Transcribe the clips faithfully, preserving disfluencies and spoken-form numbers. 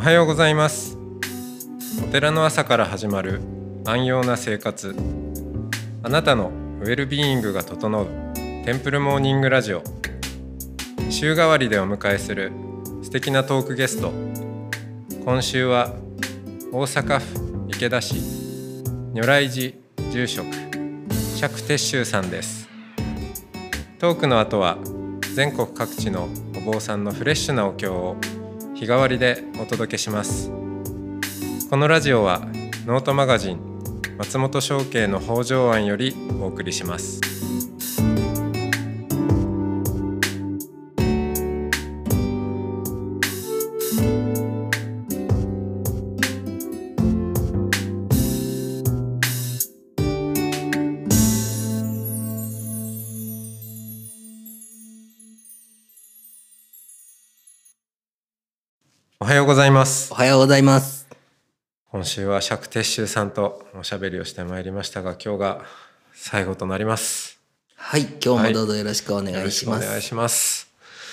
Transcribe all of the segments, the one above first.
はようございます。お寺の朝から始まる安養な生活、あなたのウェルビーイングが整うテンプルモーニングラジオ。週替わりでお迎えする素敵なトークゲスト。今週は大阪府池田市如来寺住職釈徹宗さんです。トークの後は全国各地のお坊さんのフレッシュなお経を日替わりでお届けします。このラジオはノートマガジン松本商家の北条庵よりお送りします。おはようございます。 おはようございます。 今週は釈徹宗さんとおしゃべりをしてまいりましたが、今日が最後となります。 はい、今日もどうぞよろしくお願いします。はい、よろしくお願いします。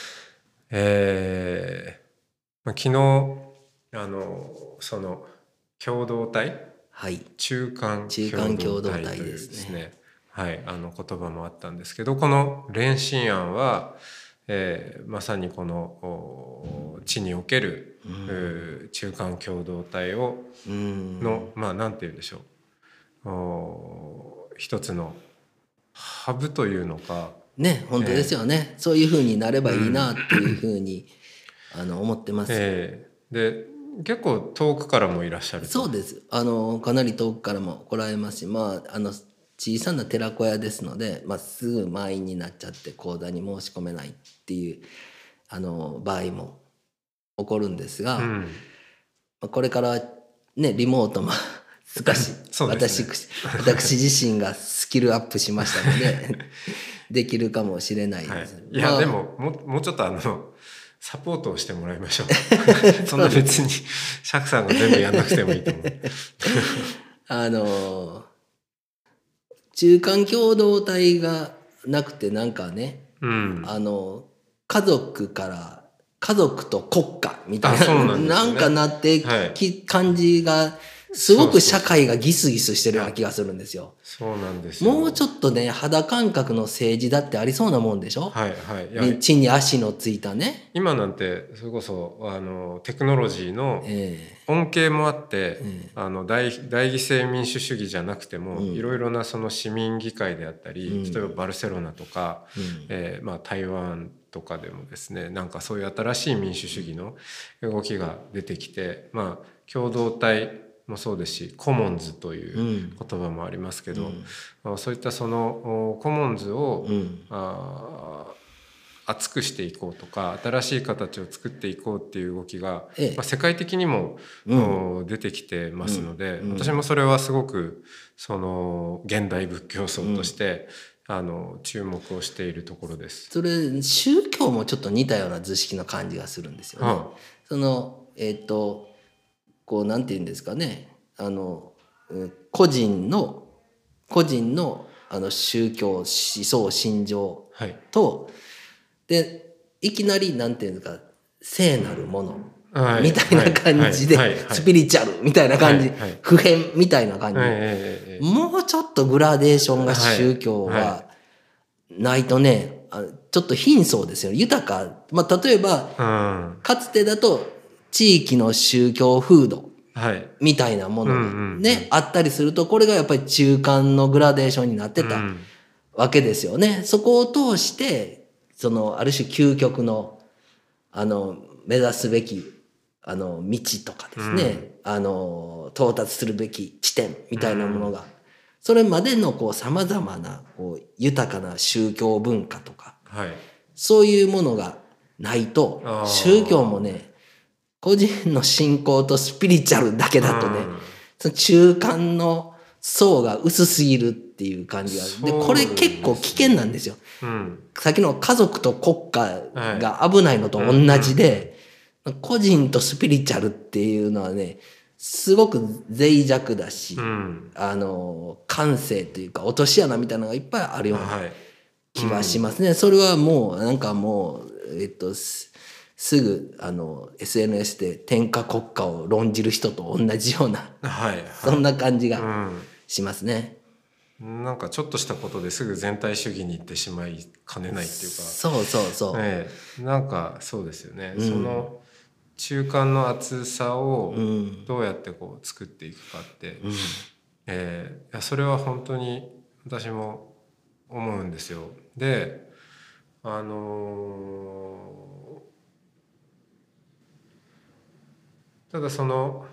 えー、昨日あのその共同体、はい、中間共同体というですね、はい、あの言葉もあったんですけど、この蓮心案はえー、まさにこの地における、うん、中間共同体をの、まあなんて言うんでしょう、一つのハブというのかね、本当ですよね、えー、そういうふうになればいいなっていうふうに、うん、あの思ってます、 えー、で結構遠くからもいらっしゃると。 そうです。あのかなり遠くからも来られますし、まああの小さな寺子屋ですので、まあ、すぐ満員になっちゃって講座に申し込めないっていうあの場合も起こるんですが、うん、まあ、これからねリモートも少し、ね、私, 私自身がスキルアップしましたのでできるかもしれないです、 はい、いや、まあ、でも も, もうちょっとあのサポートをしてもらいましょうそんな別に釈さんが全部やんなくてもいいと思うあの中間共同体がなくてなんかね、うん、あの家族から家族と国家みたい な, な, ん、ね、なんかなって、はい、感じがすごく社会がギスギスしてるような気がするんですよ。 そうなんですよ。 もうちょっとね肌感覚の政治だってありそうなもんでしょ。 はいはい。 地に足のついたね。 今なんてそれこそあのテクノロジーの恩恵もあって、えー、あの 大, 大議制民主主義じゃなくても、うん、いろいろなその市民議会であったり、うん、例えばバルセロナとか、うんえーまあ、台湾とかでもですね、なんかそういう新しい民主主義の動きが出てきて、まあ共同体もそうですしコモンズという言葉もありますけど、うん、そういったそのコモンズを、うん、あ厚くしていこうとか新しい形を作っていこうっていう動きが、ええまあ、世界的にも、うん、出てきてますので、うん、私もそれはすごくその現代仏教僧として、うん、あの注目をしているところです。 それ宗教もちょっと似たような図式の感じがするんですよね。はあ、そのえっとこうなんていうんですかね、あの個人の個人のあの宗教思想信条と、はいでいきなりなんていうんですか聖なるもの、はい、みたいな感じで、はいはいはい、スピリチュアルみたいな感じ、はいはい、普遍みたいな感じ、はいはいはい、もうちょっとグラデーションが宗教はないとね、はいはい、ちょっと貧相ですよ。豊か、まあ、例えば、うん、かつてだと地域の宗教風土みたいなものがね、はいうんうんうん、あったりするとこれがやっぱり中間のグラデーションになってたわけですよね。そこを通してそのある種究極のあの目指すべきあの道とかですね、うん、あの到達するべき地点みたいなものが、うん、それまでのこう様々なこう豊かな宗教文化とか、はい、そういうものがないと宗教もね個人の信仰とスピリチュアルだけだとね、うん、その中間の層が薄すぎるっていう感じがで、これ結構危険なんですよ、うん、さっきの家族と国家が危ないのと同じで、はいうん、個人とスピリチュアルっていうのはねすごく脆弱だし、うん、あの感性というか落とし穴みたいなのがいっぱいあるような気はしますね、はいうん、それはもうなんかもうえっとすぐあの エスエヌエス で天下国家を論じる人と同じような、 はいはい、 そんな感じがしますね。 うん、なんかちょっとしたことですぐ全体主義に行ってしまいかねないっていうか、 そうそうそう、 ええ、なんかそうですよね、うん、その中間の厚さをどうやってこう作っていくかって、うん、えー、いやそれは本当に私も思うんですよ。であのー、ただその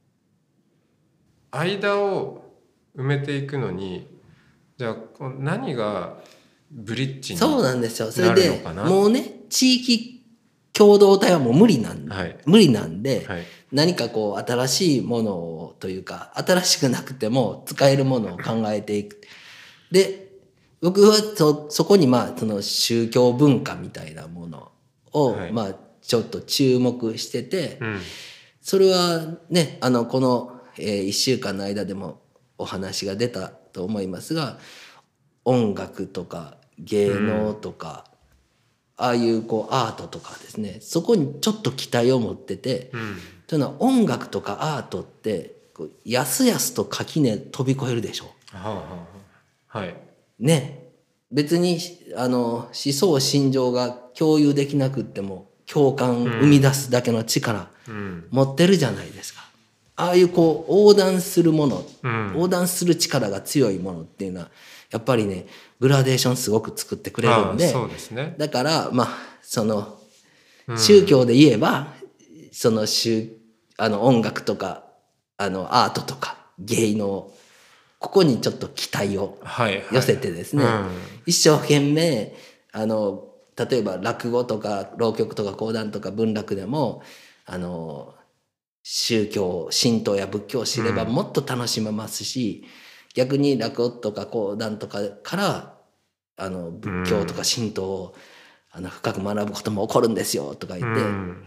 間を埋めていくのにじゃあ何がブリッジになるのかな。そうなんですよ。それでもうね地域共同体はもう無理なん、はい、無理なんで、はい、何かこう新しいものをというか新しくなくても使えるものを考えていく。で僕は そ, そこにまあその宗教文化みたいなものを、はい、まあちょっと注目してて、うん、それはねあのこの、えー、いっしゅうかんの間でもお話が出たと思いますが、音楽とか芸能とか、うん、ああいうこうアートとかですね、そこにちょっと期待を持ってて、うん、というのは音楽とかアートってこうやすやすと垣根飛び越えるでしょう。はあはあ、はい。ね、別にあの思想心情が共有できなくっても共感生み出すだけの力持ってるじゃないですか。うん、ああいうこう横断するもの、うん、横断する力が強いものっていうのはやっぱりねグラデーションすごく作ってくれるんで、 そうですね、 だからまあその宗教で言えば、うん、その宗あの音楽とかあのアートとか芸能ここにちょっと期待を寄せてですね、はいはい、うん、一生懸命あの例えば落語とか浪曲とか講談とか文楽でもあの宗教神道や仏教を知ればもっと楽しめますし、うん、逆に落語とか講談とかからあの仏教とか神道を、うん、あの深く学ぶことも起こるんですよとか言って、うん、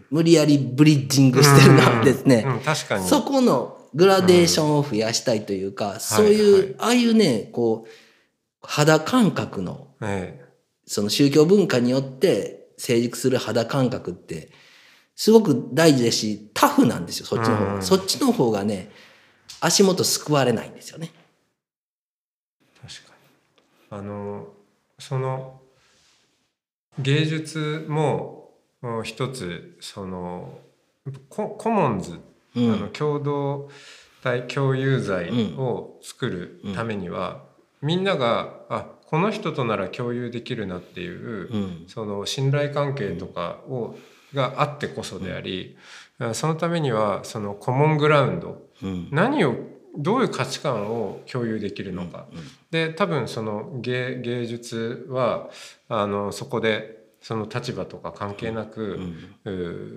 無理やりブリッジングしてるのはですね、 うんうん、確かにそこのグラデーションを増やしたいというか、うん、そういう、はいはい、ああいうねこう肌感覚の、ええ、その宗教文化によって成熟する肌感覚ってすごく大事ですしタフなんですよ、そっちの方が、うん、そっちの方がね足元救われないんですよね。 確かにあのその芸術も一つそのコ, コモンズ、うん、あの共同体共有財を作るためには、うん、みんながあこの人となら共有できるなっていう、うん、その信頼関係とかを、うん、があってこそであり、うん、そのためにはそのコモングラウンド、うん、何をどういう価値観を共有できるのか、うんうん、で多分その 芸, 芸術はあのそこでその立場とか関係なく、うん、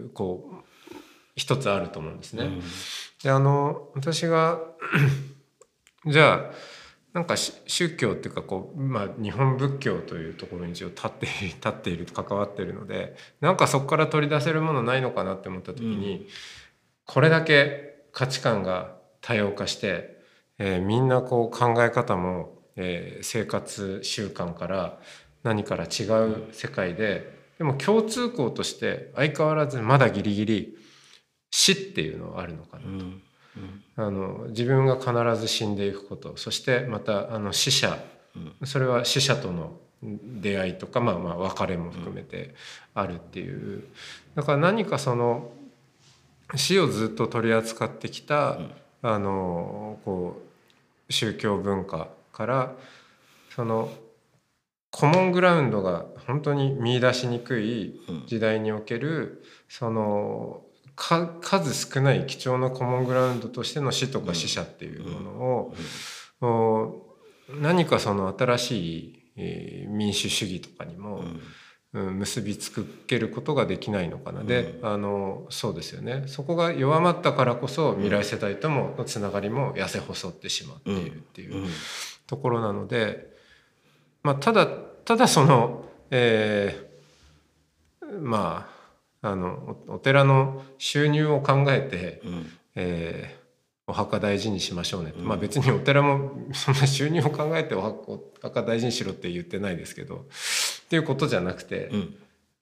こう一つあると思うんですね。うん、であの私がじゃあなんか宗教っていうかこう、まあ、日本仏教というところに一応立って立っている関わっているのでなんかそこから取り出せるものないのかなって思った時に、うん、これだけ価値観が多様化して、えー、みんなこう考え方も、えー、生活習慣から何から違う世界ででも共通項として相変わらずまだギリギリ死っていうのはあるのかなと、うんうん、あの自分が必ず死んでいくことそしてまたあの死者、うん、それは死者との出会いとか、まあ、まあ別れも含めてあるっていうだから何かその死をずっと取り扱ってきた、うん、あのこう宗教文化からそのコモングラウンドが本当に見出しにくい時代におけるその数少ない貴重なコモングラウンドとしての死とか死者っていうものを何かその新しい民主主義とかにも結びつけることができないのかな。で、あのそうですよね。そこが弱まったからこそ未来世代とものつながりも痩せ細ってしまっているっていうところなので、まあただただその、えー、まああの お, お寺の収入を考えて、うんえー、お墓大事にしましょうね、うんまあ、別にお寺もそんな収入を考えてお 墓, お墓大事にしろって言ってないですけどっていうことじゃなくて、うん、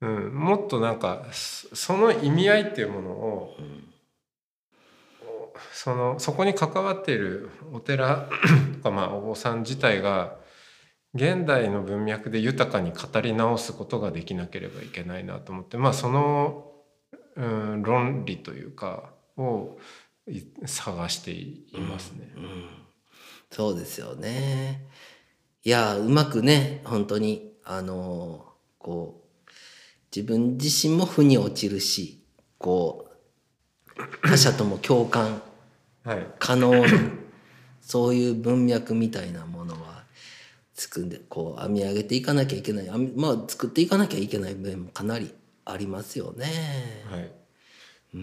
うん、もっとなんかその意味合いっていうものを、うん、そのそこに関わっているお寺とか、まあ、お坊さん自体が現代の文脈で豊かに語り直すことができなければいけないなと思って、まあ、その、うん、論理というかを探していますね。 うんうん、そうですよね。いやうまくね本当にあのこう自分自身も負に落ちるしこう他者とも共感可能な、はい、そういう文脈みたいなものは作んでこう編み上げていかなきゃいけない、まあ作っていかなきゃいけない面もかなりありますよね。 はい、うん、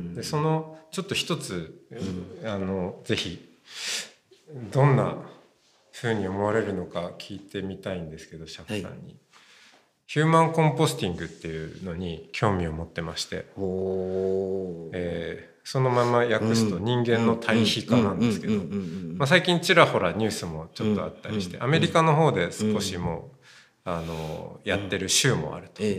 でそのちょっと一つ、うん、あのぜひどんなふうに思われるのか聞いてみたいんですけど、釈さんに、はい、ヒューマンコンポスティングっていうのに興味を持ってまして、えー、そのまま訳すと人間の対比化なんですけど、最近ちらほらニュースもちょっとあったりして、アメリカの方で少しもう、あのやってる州もあると。で、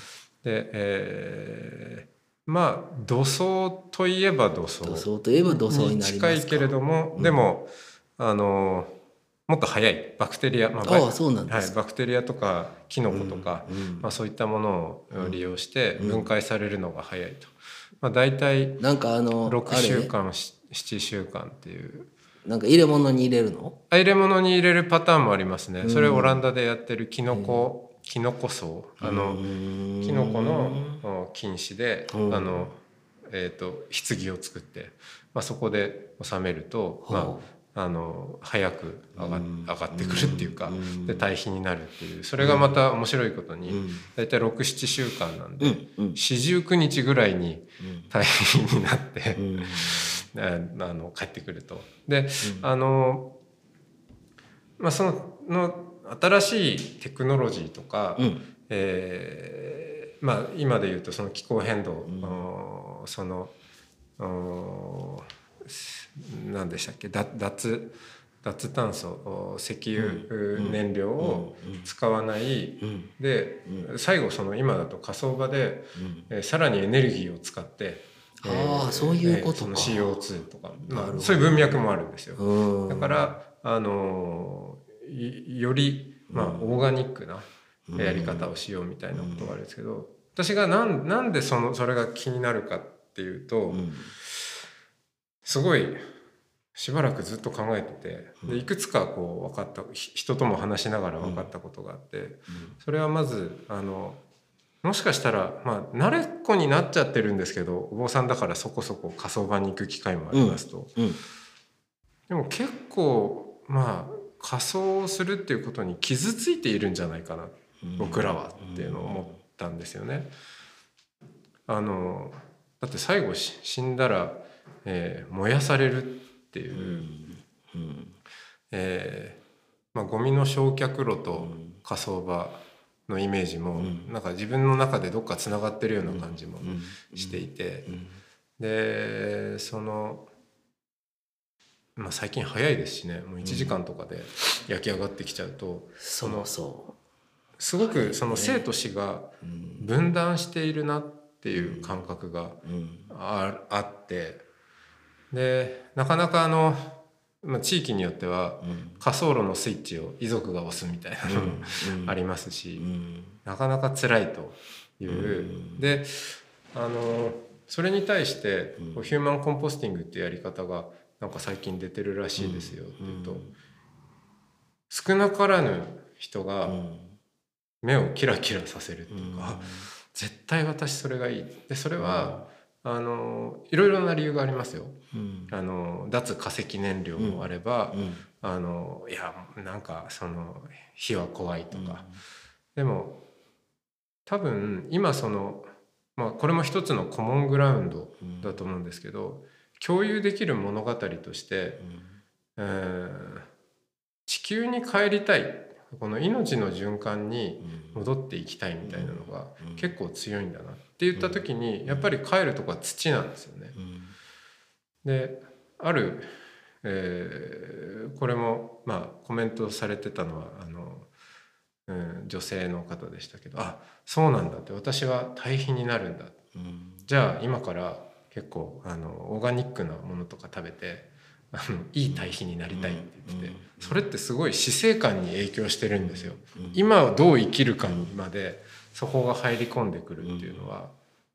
えーまあ土葬といえば土葬土葬といえば土葬になりますか。 近いけれども、うん、でもあのもっと早いバクテリア、まあ、 ああそうなんですか、 はい、バクテリアとかキノコとか、うんうんまあ、そういったものを利用して分解されるのが早いと、まあ、大体なんかあのろくしゅうかんななしゅうかんっていうなんか入れ物に入れるの？ 入れ物に入れるパターンもありますね。それオランダでやってるキノコ、うん、キノコ層、あのキノコの菌糸であの、えーと、棺を作って、まあ、そこで収めると、まあ、あの早く上が、上がってくるっていうか、で堆肥になるっていう、それがまた面白いことに大体ろく、ななしゅうかんなんでよんじゅうくにちぐらいに堆肥になってあの帰ってくると。で、あのまあそのの新しいテクノロジーとか、うんえーまあ、今でいうとその気候変動、うん、その何でしたっけ、脱脱炭素石油燃料を使わない、うんうん、で、うん、最後その今だと火葬場で、うんえー、さらにエネルギーを使ってああ、えー、そういうことか、その シーオーツー とか、まあ、そういう文脈もあるんですよ。だからあのより、まあ、オーガニックなやり方をしようみたいなことがあるんですけど、私がなん、なんでそのそれが気になるかっていうと、すごいしばらくずっと考えてて、でいくつかこう分かった人とも話しながら分かったことがあって、それはまずあのもしかしたら、まあ、慣れっこになっちゃってるんですけど、お坊さんだからそこそこ火葬場に行く機会もありますと、うんうん、でも結構まあ火葬するっていうことに傷ついているんじゃないかな、うん、僕らはっていうのを思ったんですよね。あのだって最後死んだら、えー、燃やされるっていう、うんうんえーまあ、ゴミの焼却炉と火葬場のイメージも、うん、なんか自分の中でどっかつながってるような感じもしていて、うんうん、でその、まあ、最近早いですしね、もういちじかんとかで焼き上がってきちゃうと、うん、そのそうすごくその生と死が分断しているなっていう感覚が あ, あってでなかなかあのまあ、地域によっては火葬炉のスイッチを遺族が押すみたいなのもありますし、なかなか辛いという。であのそれに対してヒューマンコンポスティングっていうやり方がなんか最近出てるらしいですよっていうと、少なからぬ人が目をキラキラさせるっていうか、絶対私それがいい。でそれはあのいろいろな理由がありますよ。うん、あの脱化石燃料もあれば、うん、あのいやなんかその火は怖いとか、うん、でも多分今その、まあ、これも一つのコモングラウンドだと思うんですけど、共有できる物語として、うんえー、地球に帰りたい、この命の循環に戻っていきたいみたいなのが結構強いんだなって言った時に、やっぱり帰るとこは土なんですよね。である、えー、これもまあコメントされてたのはあのうん、女性の方でしたけど、あ、そうなんだって、私は堆肥になるんだ、うん、じゃあ今から結構あのオーガニックなものとか食べてあのいい堆肥になりたいって言ってて、それってすごい死生観に影響してるんですよ。今どう生きるかにまでそこが入り込んでくるっていうのは、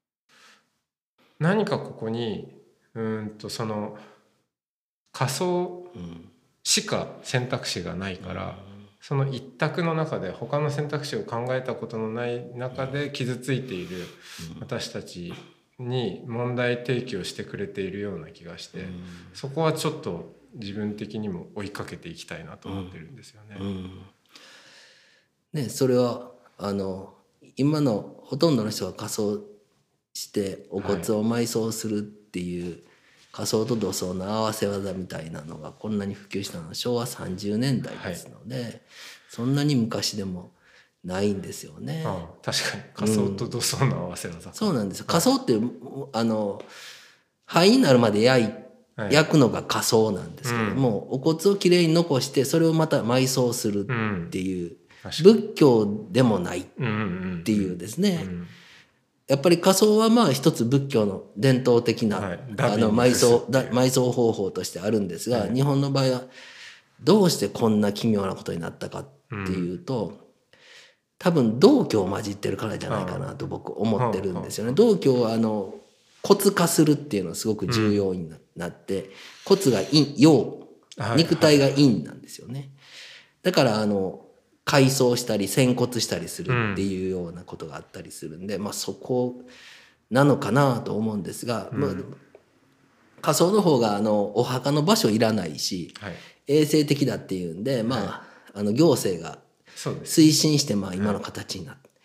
何かここにうんとその仮想しか選択肢がないから、その一択の中で他の選択肢を考えたことのない中で傷ついている私たちに問題提起をしてくれているような気がして、そこはちょっと自分的にも追いかけていきたいなと思ってるんですよね。うんうんね、それはあの今のほとんどの人が仮装してお骨を埋葬するっていう、はい、仮想と土葬の合わせ技みたいなのがこんなに普及したのはしょうわさんじゅうねんだいですので、はい、そんなに昔でもないんですよね。 ああ、確かに仮想と土葬の合わせ技、うん、 そうなんですよ。仮想ってあの灰になるまで焼い、はい、焼くのが仮想なんですけども、うん、お骨をきれいに残してそれをまた埋葬するっていう、うん、仏教でもないっていうですね、うんうんうん、やっぱり仮想はまあ一つ仏教の伝統的な、はい、あの埋葬埋葬方法としてあるんですが、はい、日本の場合はどうしてこんな奇妙なことになったかっていうと、うん、多分道教混じってるからじゃないかなと僕思ってるんですよね。道教はあの骨化するっていうのがすごく重要になって、うん、骨が陰陽、肉体が陰なんですよね、はいはい、だからあの改装したり仙骨したりするっていうようなことがあったりするんで、うん、まあそこなのかなと思うんですが、うん、まあ、仮想の方があのお墓の場所いらないし、はい、衛生的だっていうんで、まあ、はい、あの行政が推進してまあ今の形になって、はい、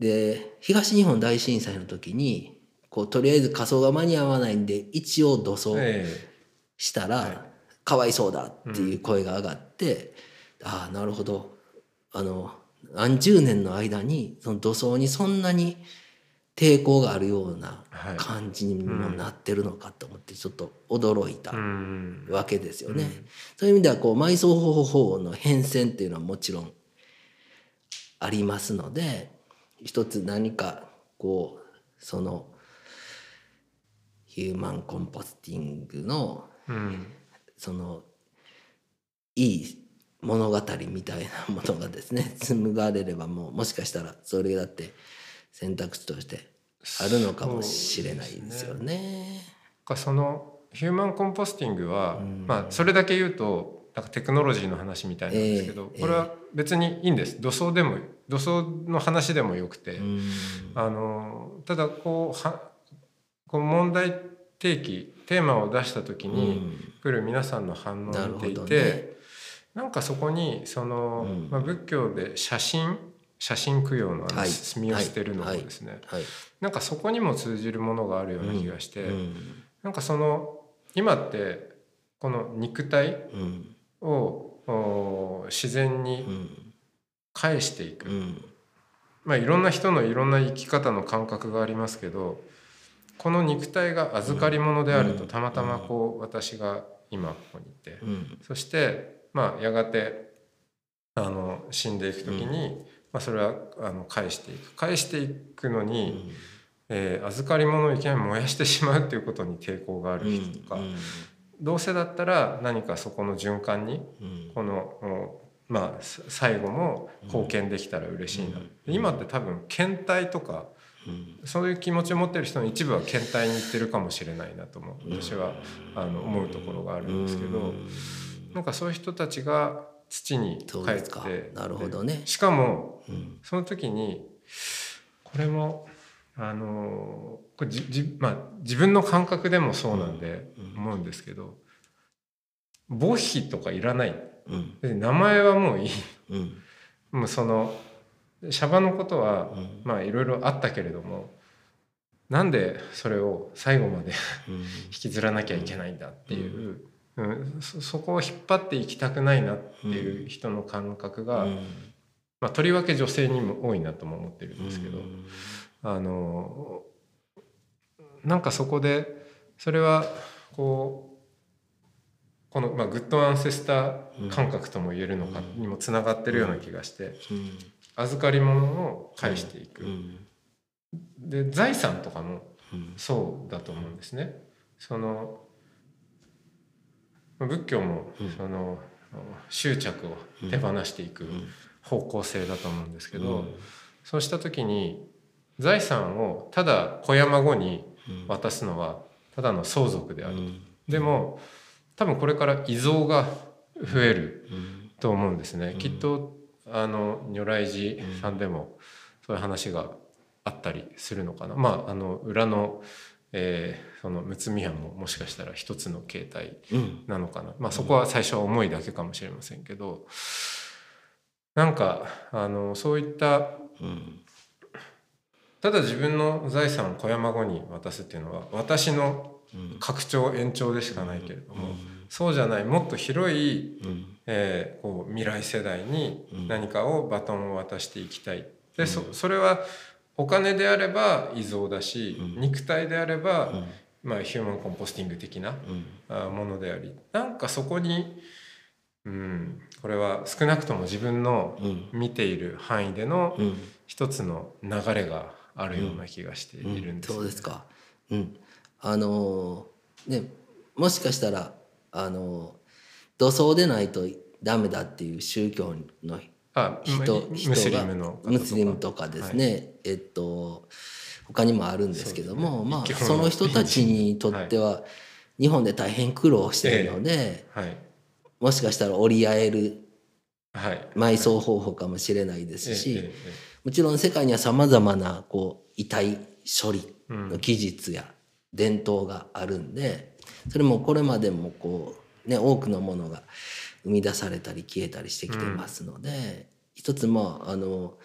で東日本大震災の時にこうとりあえず仮装が間に合わないんで一応土葬したら、はい、かわいそうだっていう声が上がって、うん、ああなるほど、あの何十年の間にその土葬にそんなに抵抗があるような感じにもなってるのかと思ってちょっと驚いたわけですよね。うんうん、そういう意味ではこう埋葬方法の変遷っていうのはもちろんありますので、一つ何かこうそのヒューマンコンポスティングの、うん、そのいい物語みたいなものがですね紡がれればもうもしかしたらそれだって選択肢としてあるのかもしれないですよね。 そ, そのヒューマンコンポスティングは、うん、まあそれだけ言うとなんかテクノロジーの話みたいなんですけど、えー、これは別にいいんです。土葬でも土葬の話でもよくて、うん、あのただこうはこう問題提起テーマを出した時に来る皆さんの反応を見ていて、うん、なるほどね、なんかそこにその、うんまあ、仏教で写真写真供養のあの墨を捨てるのもですね、はいはいはい、なんかそこにも通じるものがあるような気がして、うんうん、なんかその今ってこの肉体を、うん、自然に返していく、うん、まあいろんな人のいろんな生き方の感覚がありますけど、この肉体が預かり物であるとたまたまこう私が今ここにいて、うん、そしてまあやがてあの死んでいく時に、うんまあ、それはあの返していく返していくのに、うんえー、預かり物をいきなり燃やしてしまうっていうことに抵抗がある人とか、うんうん、どうせだったら何かそこの循環に、うん、このまあ最後も貢献できたら嬉しいな、うん、今って多分検体とか、うん、そういう気持ちを持ってる人の一部は検体に行ってるかもしれないなと思う私はあの思うところがあるんですけど、なんかそういう人たちが土に帰って、 なるほどね、 しかも、うん、その時にこれもあのこれじじ、まあ、自分の感覚でもそうなんで思うんですけど、うん、墓碑とかいらない、うん、名前はもういい、うん、もうそのシャバのことは、うん、まあいろいろあったけれどもなんでそれを最後まで引きずらなきゃいけないんだっていう、うんうん、そ, そこを引っ張っていきたくないなっていう人の感覚が、うんまあ、とりわけ女性にも多いなとも思ってるんですけど、うん、あのなんかそこでそれはこうこの、まあ、グッドアンセスター感覚とも言えるのかにもつながってるような気がして、預かり物を返していく、で財産とかもそうだと思うんですね。その仏教もその執着を手放していく方向性だと思うんですけど、そうした時に財産をただ子や孫に渡すのはただの相続である。でも多分これから遺贈が増えると思うんですね。きっとあの如来寺さんでもそういう話があったりするのかな。まああの裏の、えー、そのむつみ庵ももしかしたら一つの形態なのかな。まあそこは最初は思いだけかもしれませんけど、なんかあのそういったただ自分の財産を子や孫に渡すっていうのは私の拡張延長でしかないけれども、そうじゃないもっと広い、えー、こう未来世代に何かをバトンを渡していきたい。で そ, それはお金であれば遺贈だし、肉体であれば、まあ、ヒューマンコンポスティング的なものであり、なんかそこに、うん、これは少なくとも自分の見ている範囲での一つの流れがあるような気がしているんです、ねうんうん、そうですか、うん、あのー、ね、もしかしたらあの土葬でないとダメだっていう宗教のあ人ムスリムのムスリムとかですね、はい、えっと他にもあるんですけども、ね、まあその人たちにとっては日本で大変苦労しているので、はいはい、もしかしたら折り合える埋葬方法かもしれないですし、はいはい、もちろん世界にはさまざまなこう遺体処理の技術や伝統があるんで、それもこれまでもこう、ね、多くのものが生み出されたり消えたりしてきてますので、うん、一つまああの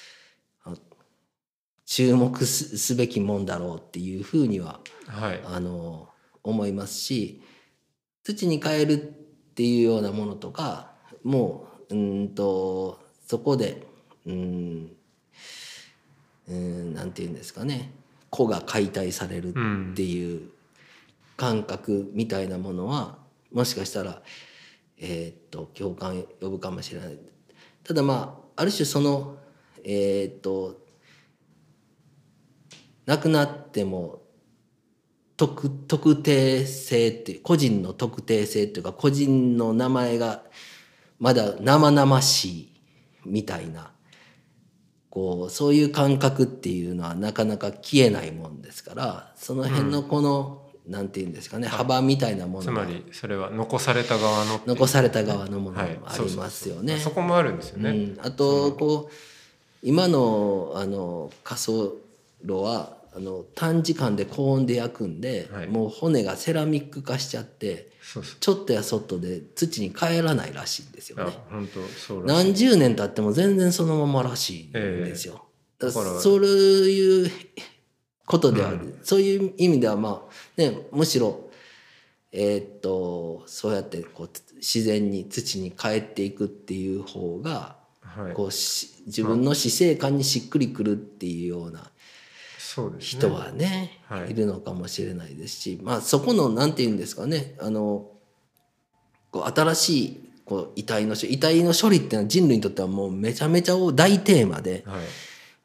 注目 す, すべきもんだろうっていうふうには、はい、あの思いますし、土に変えるっていうようなものとかもううんとそこでうんうんなんていうんですかね、子が解体されるっていう感覚みたいなものはもしかしたら、えー、っと共感を呼ぶかもしれない。ただまあある種そのえー、っと亡くなっても 特, 特定性っていう個人の特定性っていうか個人の名前がまだ生々しいみたいなこうそういう感覚っていうのはなかなか消えないもんですから、その辺のこの、うん、なんていうんですかね、幅みたいなものつまりそれは残された側の残された側のものもありますよね。 そこもあるんですよね、うん、 あとこう今のあの火葬炉はあの短時間で高温で焼くんで、はい、もう骨がセラミック化しちゃってそうそうちょっとやそっとで土に帰らないらしいんですよね。 本当そうらしい。 何十年経っても全然そのままらしいんですよ、えー、だからそういうことである、うん、そういう意味ではまあね、むしろえー、っとそうやってこう自然に土に帰っていくっていう方が、はい、こう自分の死生観にしっくりくるっていうような人はね、はい、いるのかもしれないですし、まあそこのなんていうんですかね、あのこう新しいこう遺体の遺体の処理っていうのは人類にとってはもうめちゃめちゃ大テーマで、はい、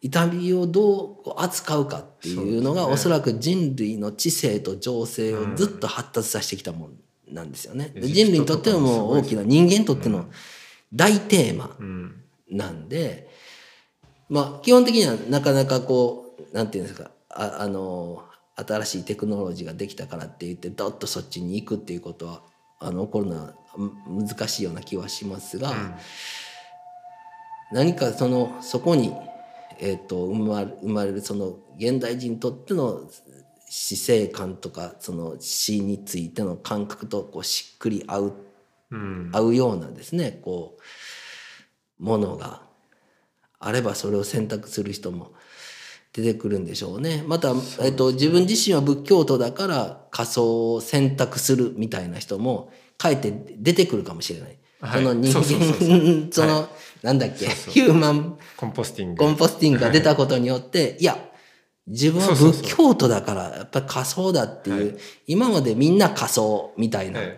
痛みをどう扱うかっていうのがおそらく人類の知性と情勢をずっと発達させてきたもんなんですよね。で人類にとってはもう大きな人間にとっての大テーマなんで、まあ基本的にはなかなかこうなんていうんですか、あ, あの新しいテクノロジーができたからって言ってドッとそっちに行くっていうことはあの起こるのは難しいような気はしますが、うん、何かそのそこに、えー、と生まれ、生まれるその現代人にとっての死生観とかその死についての感覚とこうしっくり合う、うん、合うようなですねこうものがあればそれを選択する人も出てくるんでしょうね。また、えっと、自分自身は仏教徒だから火葬を選択するみたいな人もかえって出てくるかもしれない。はい、その人間その、はい、なんだっけそうそうヒューマンコンポスティングコンポスティングが出たことによって、はい、いや自分は仏教徒だからやっぱり火葬だっていう、はい、今までみんな火葬みたいな、はい、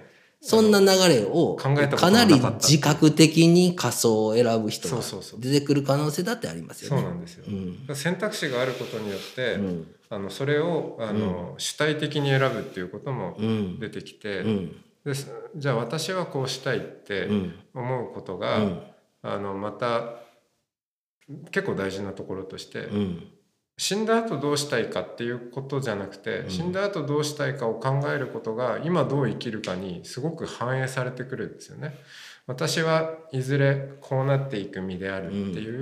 そんな流れをかなり自覚的に仮想を選ぶ人が出てくる可能性だってありますよね。 そうなんですよ、うん、選択肢があることによって、うん、あのそれをあの、うん、主体的に選ぶっていうことも出てきて、うん、でじゃあ私はこうしたいって思うことが、うん、あのまた結構大事なところとして、うん、死んだ後どうしたいかっていうことじゃなくて、うん、死んだ後どうしたいかを考えることが今どう生きるかにすごく反映されてくるんですよね。私はいずれこうなっていく身であるっていう、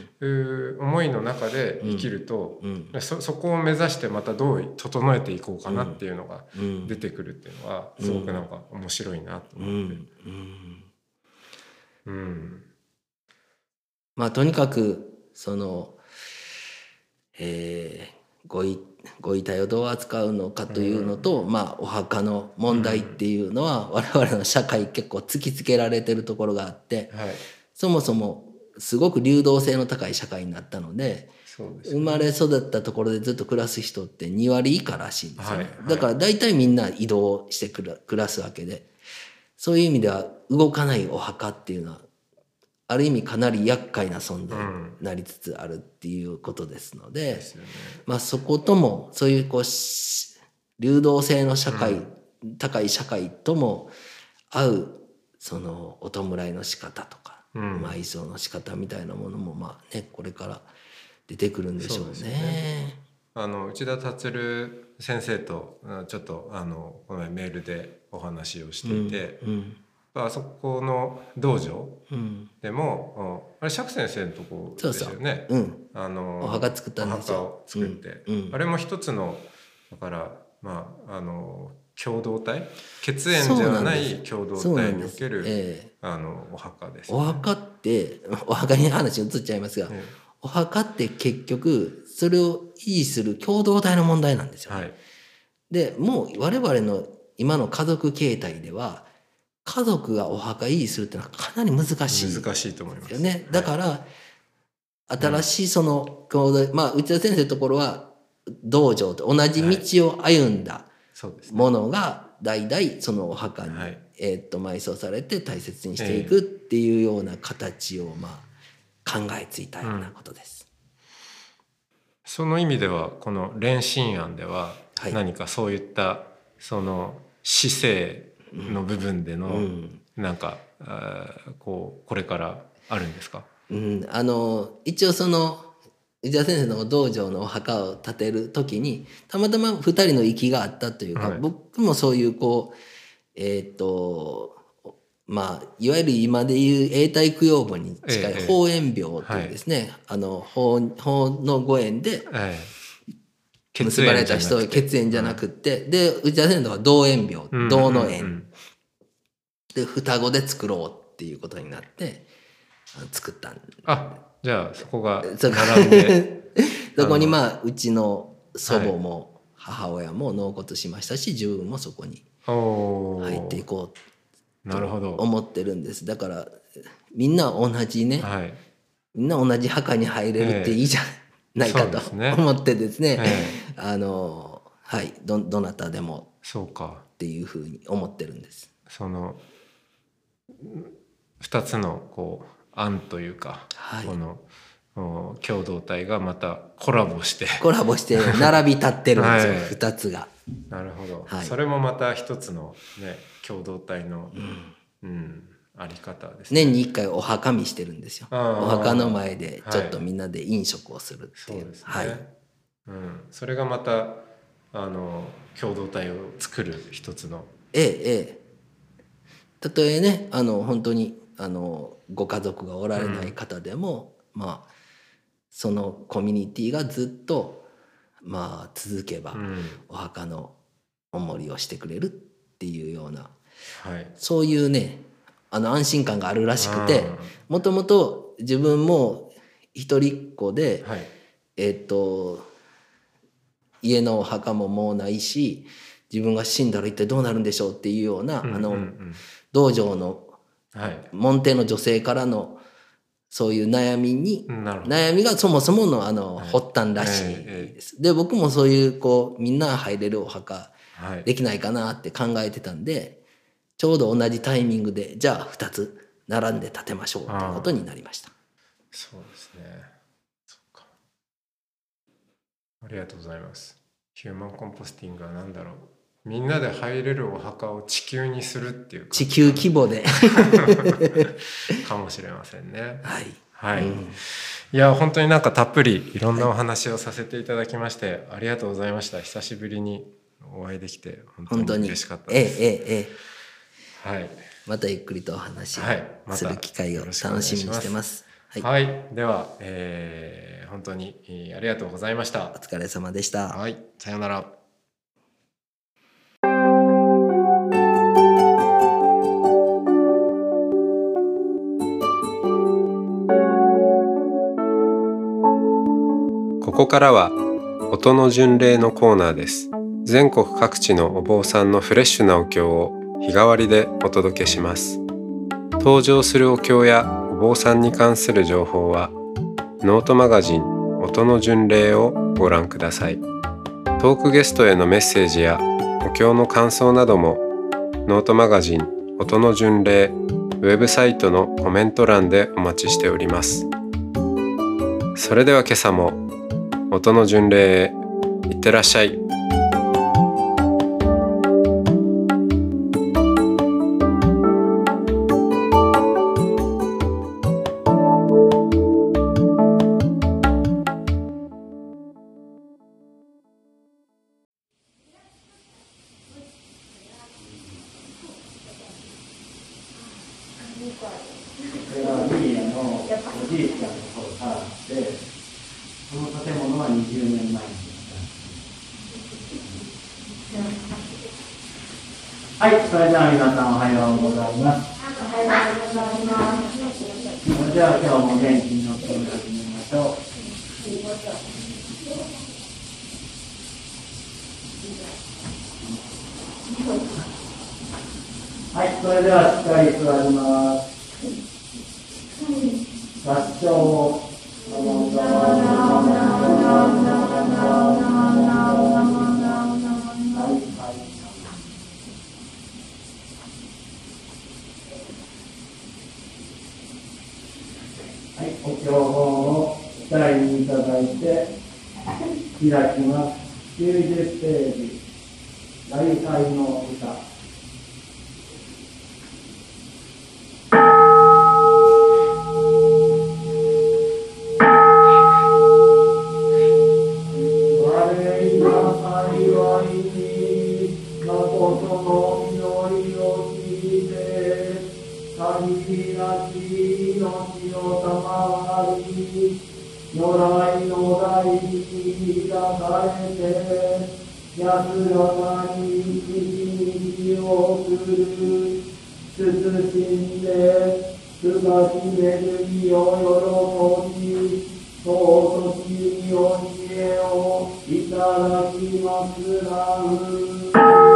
うん、思いの中で生きると、うんうん、そ, そこを目指してまたどう整えていこうかなっていうのが出てくるっていうのはすごくなんか面白いなと思って、うんうんうん、まあとにかくそのえー、ご遺ご遺体をどう扱うのかというのと、うん、まあお墓の問題っていうのは、うん、我々の社会結構突きつけられてるところがあって、はい、そもそもすごく流動性の高い社会になったので、そうですね、生まれ育ったところでずっと暮らす人ってにわり以下らしいんですよね、はいはい、だから大体みんな移動してくる暮らすわけで、そういう意味では動かないお墓っていうのはある意味かなり厄介な存在になりつつあるっていうことですので、うんですよね、まあそこともそういうこう流動性の社会、うん、高い社会とも合うそのお弔いの仕方とか、うん、埋葬の仕方みたいなものもまあねこれから出てくるんでしょうね。そうですね。 あの内田達先生とちょっとあのこの前メールでお話をしていて、うんうんあそこの道場でも、うん、あれ釈先生のとこですよね。 そうそう、うん、あのお墓作ったんですよ。 お墓を作って、うんうん、あれも一つのだからまああの共同体、血縁じゃない共同体における、えー、あのお墓です、ね。 お墓ってお墓に話移っちゃいますが、えー、お墓って結局それを維持する共同体の問題なんですよね。はい、でもう我々の今の家族形態では家族がお墓維持するっていうのはかなり難しい、 難しいと思いますよね。だから、はい、新しいその共同、うん、まあ内田先生のところは道場と同じ道を歩んだものが代々そのお墓に、はい、えー、っと埋葬されて大切にしていくっていうような形をまあ考えついたようなことです。 うん、その意味ではこの蓮心案では何かそういったその姿勢の部分でのなんか、うん、こうこれからあるんですか？ うん、あの一応その内田先生の道場のお墓を建てる時にたまたまふたりの息があったというか、はい、僕もそういうこうえっ、ー、とまあいわゆる今でいう永代供養墓に近い法縁病というですね、ええはい、あの 法, 法のご縁で、ええ、結ばれた人は血縁じゃなくて、うん、で内田先生は同縁病、うん、同の縁、うん、で双子で作ろうっていうことになって作ったん。 あ、じゃあそこが並んでそこにまあうちの祖母も母親も納骨しましたし、自分もそこに入っていこうと思ってるんです。だからみんな同じね、はい、みんな同じ墓に入れるっていいじゃないかと思ってですね、えー、あのはい ど, どなたでもそうかっていうふうに思ってるんです。 そのふたつのこう案というか、はい、この共同体がまたコラボしてコラボして並び立ってるんですよ、はい、ふたつが。 なるほど、はい、それもまた一つの、ね、共同体の、うんうん、あり方ですね。 年にいっかいお墓見してるんですよ。お墓の前でちょっとみんなで飲食をするっていう、はい、そうですね、はい、 うん、それがまたあの共同体を作る一つのええええたとえねあの本当にあのご家族がおられない方でも、うん、まあそのコミュニティがずっとまあ続けば、うん、お墓のお守りをしてくれるっていうような、はい、そういうねあの安心感があるらしくて、もともと自分も一人っ子で、はい、えっと家のお墓ももうないし自分が死んだら一体どうなるんでしょうっていうような、うんうんうん、あの道場の門弟の女性からのそういう悩みに悩みがそもそものあの、はい、発端らしいです。で僕もそういうこうみんな入れるお墓できないかなって考えてたんでちょうど同じタイミングでじゃあふたつ並んで立てましょうということになりました。 そうですね。そうか。ありがとうございます。ヒューマンコンポスティングは何だろう。みんなで入れるお墓を地球にするっていうか地球規模でかもしれませんね。 はい、 はい、 うん、 いや本当になんかたっぷりいろんなお話をさせていただきまして、はい、ありがとうございました。久しぶりにお会いできて本当に嬉しかったです。 えええええはい、 またゆっくりとお話をする機会を楽しみにしてます。 はい、はい、では、えー、本当にありがとうございました。 お疲れ様でした。 はい、さようなら。ここからは音の巡礼のコーナーです。全国各地のお坊さんのフレッシュなお経を日替わりでお届けします。登場するお経やお坊さんに関する情報はノートマガジン音の巡礼をご覧ください。トークゲストへのメッセージやお経の感想などもノートマガジン音の巡礼ウェブサイトのコメント欄でお待ちしております。それでは今朝も音の巡礼へいってらっしゃい。 はい、それでは皆さんおはようございます。おはようございます。それでは今日も元気に乗って始めましょう。はい、それではしっかり座ります。合唱。お経本を台にいただいて開きます。きゅうじゅっページ、大祭の歌。我いな幸いに誠の祈りを聞いて限りなき命の賜り、如来の大に開かれて、安らかに一日を送る、慎んで、深き恵みを喜び、尊き教えをいただきますらう。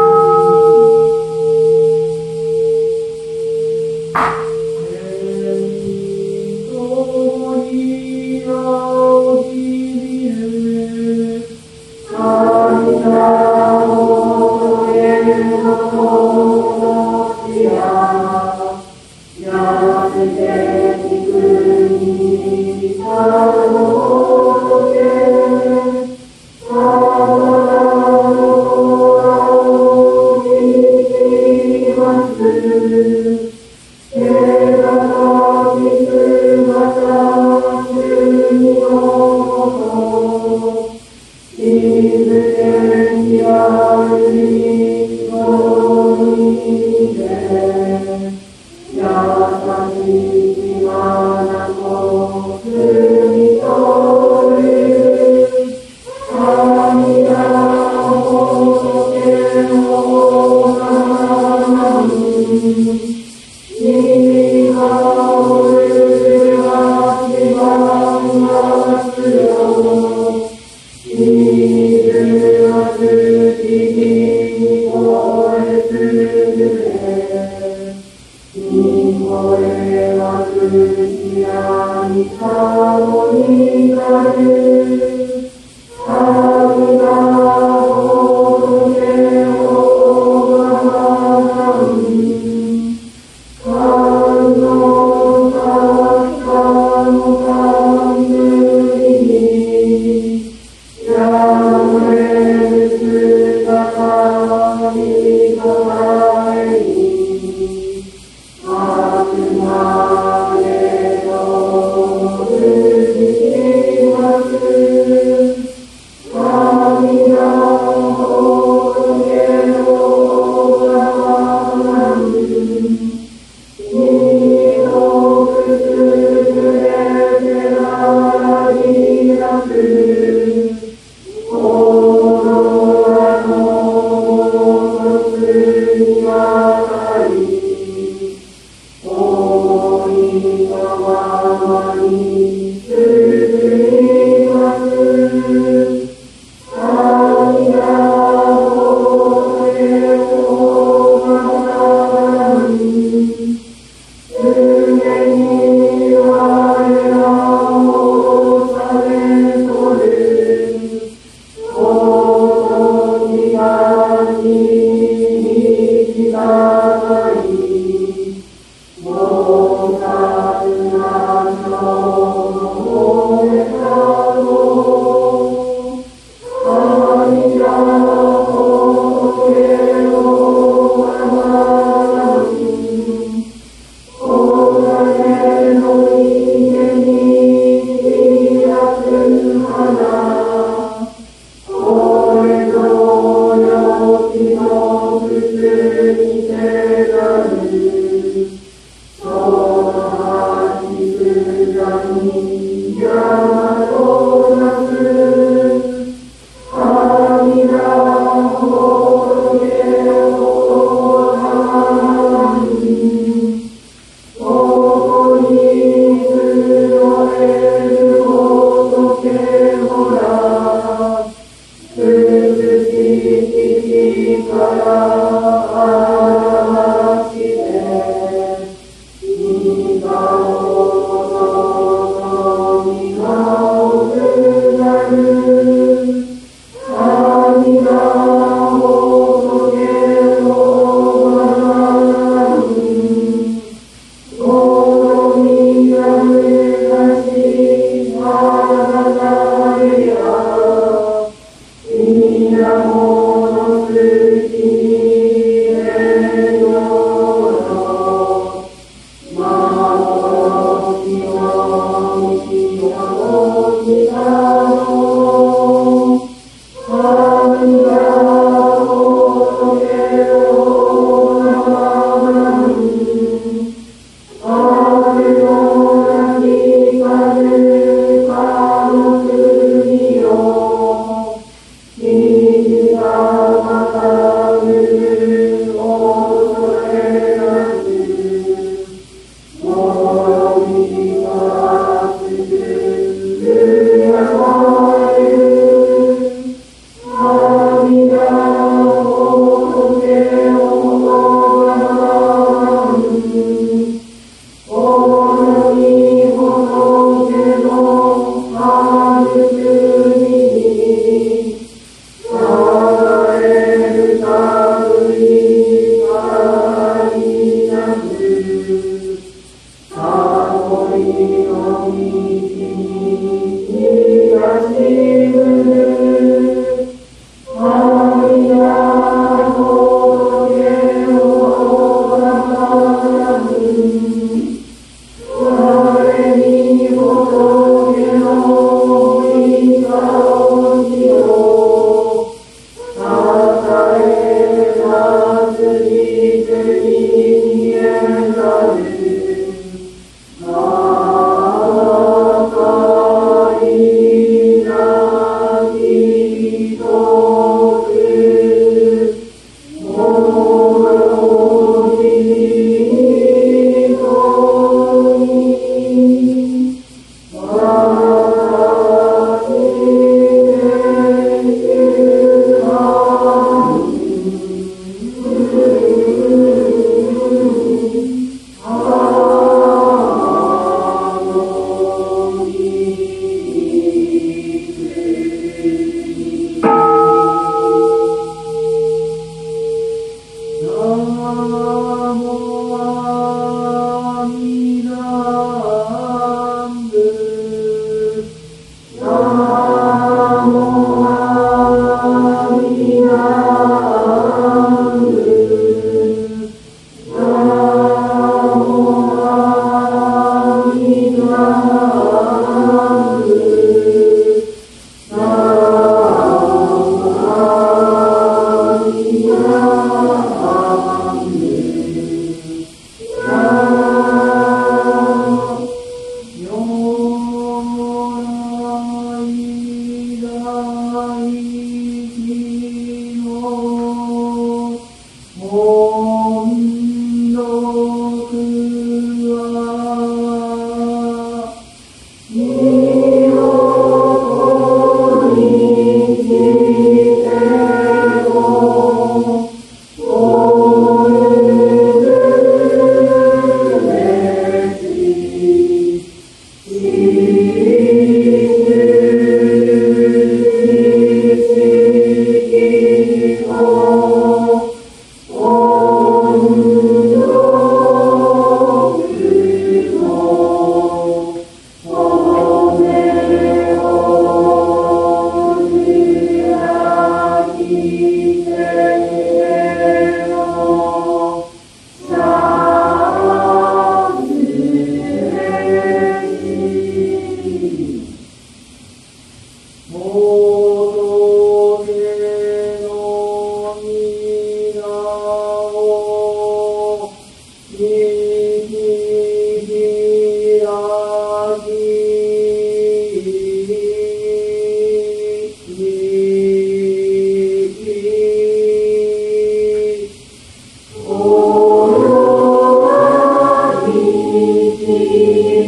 Oh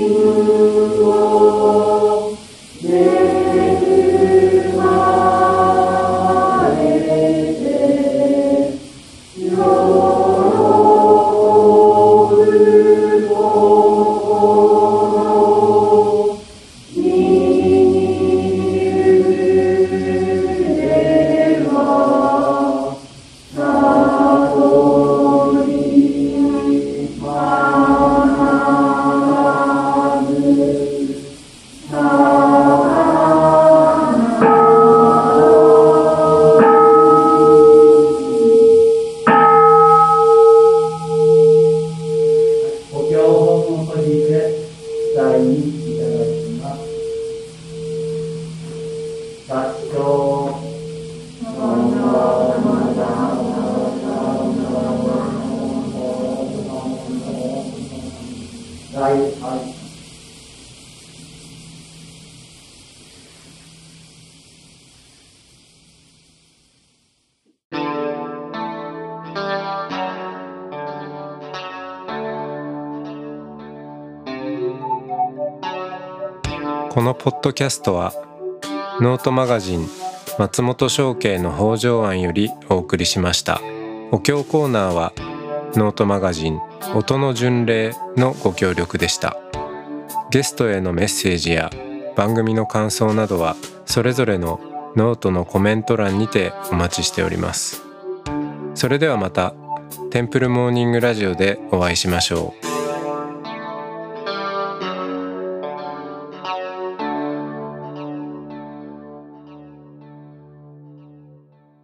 このポッドキャストはノートマガジン松本商家の北条庵よりお送りしました。お経コーナーはノートマガジン音の巡礼のご協力でした。ゲストへのメッセージや番組の感想などはそれぞれのノートのコメント欄にてお待ちしております。それではまたテンプルモーニングラジオでお会いしましょう。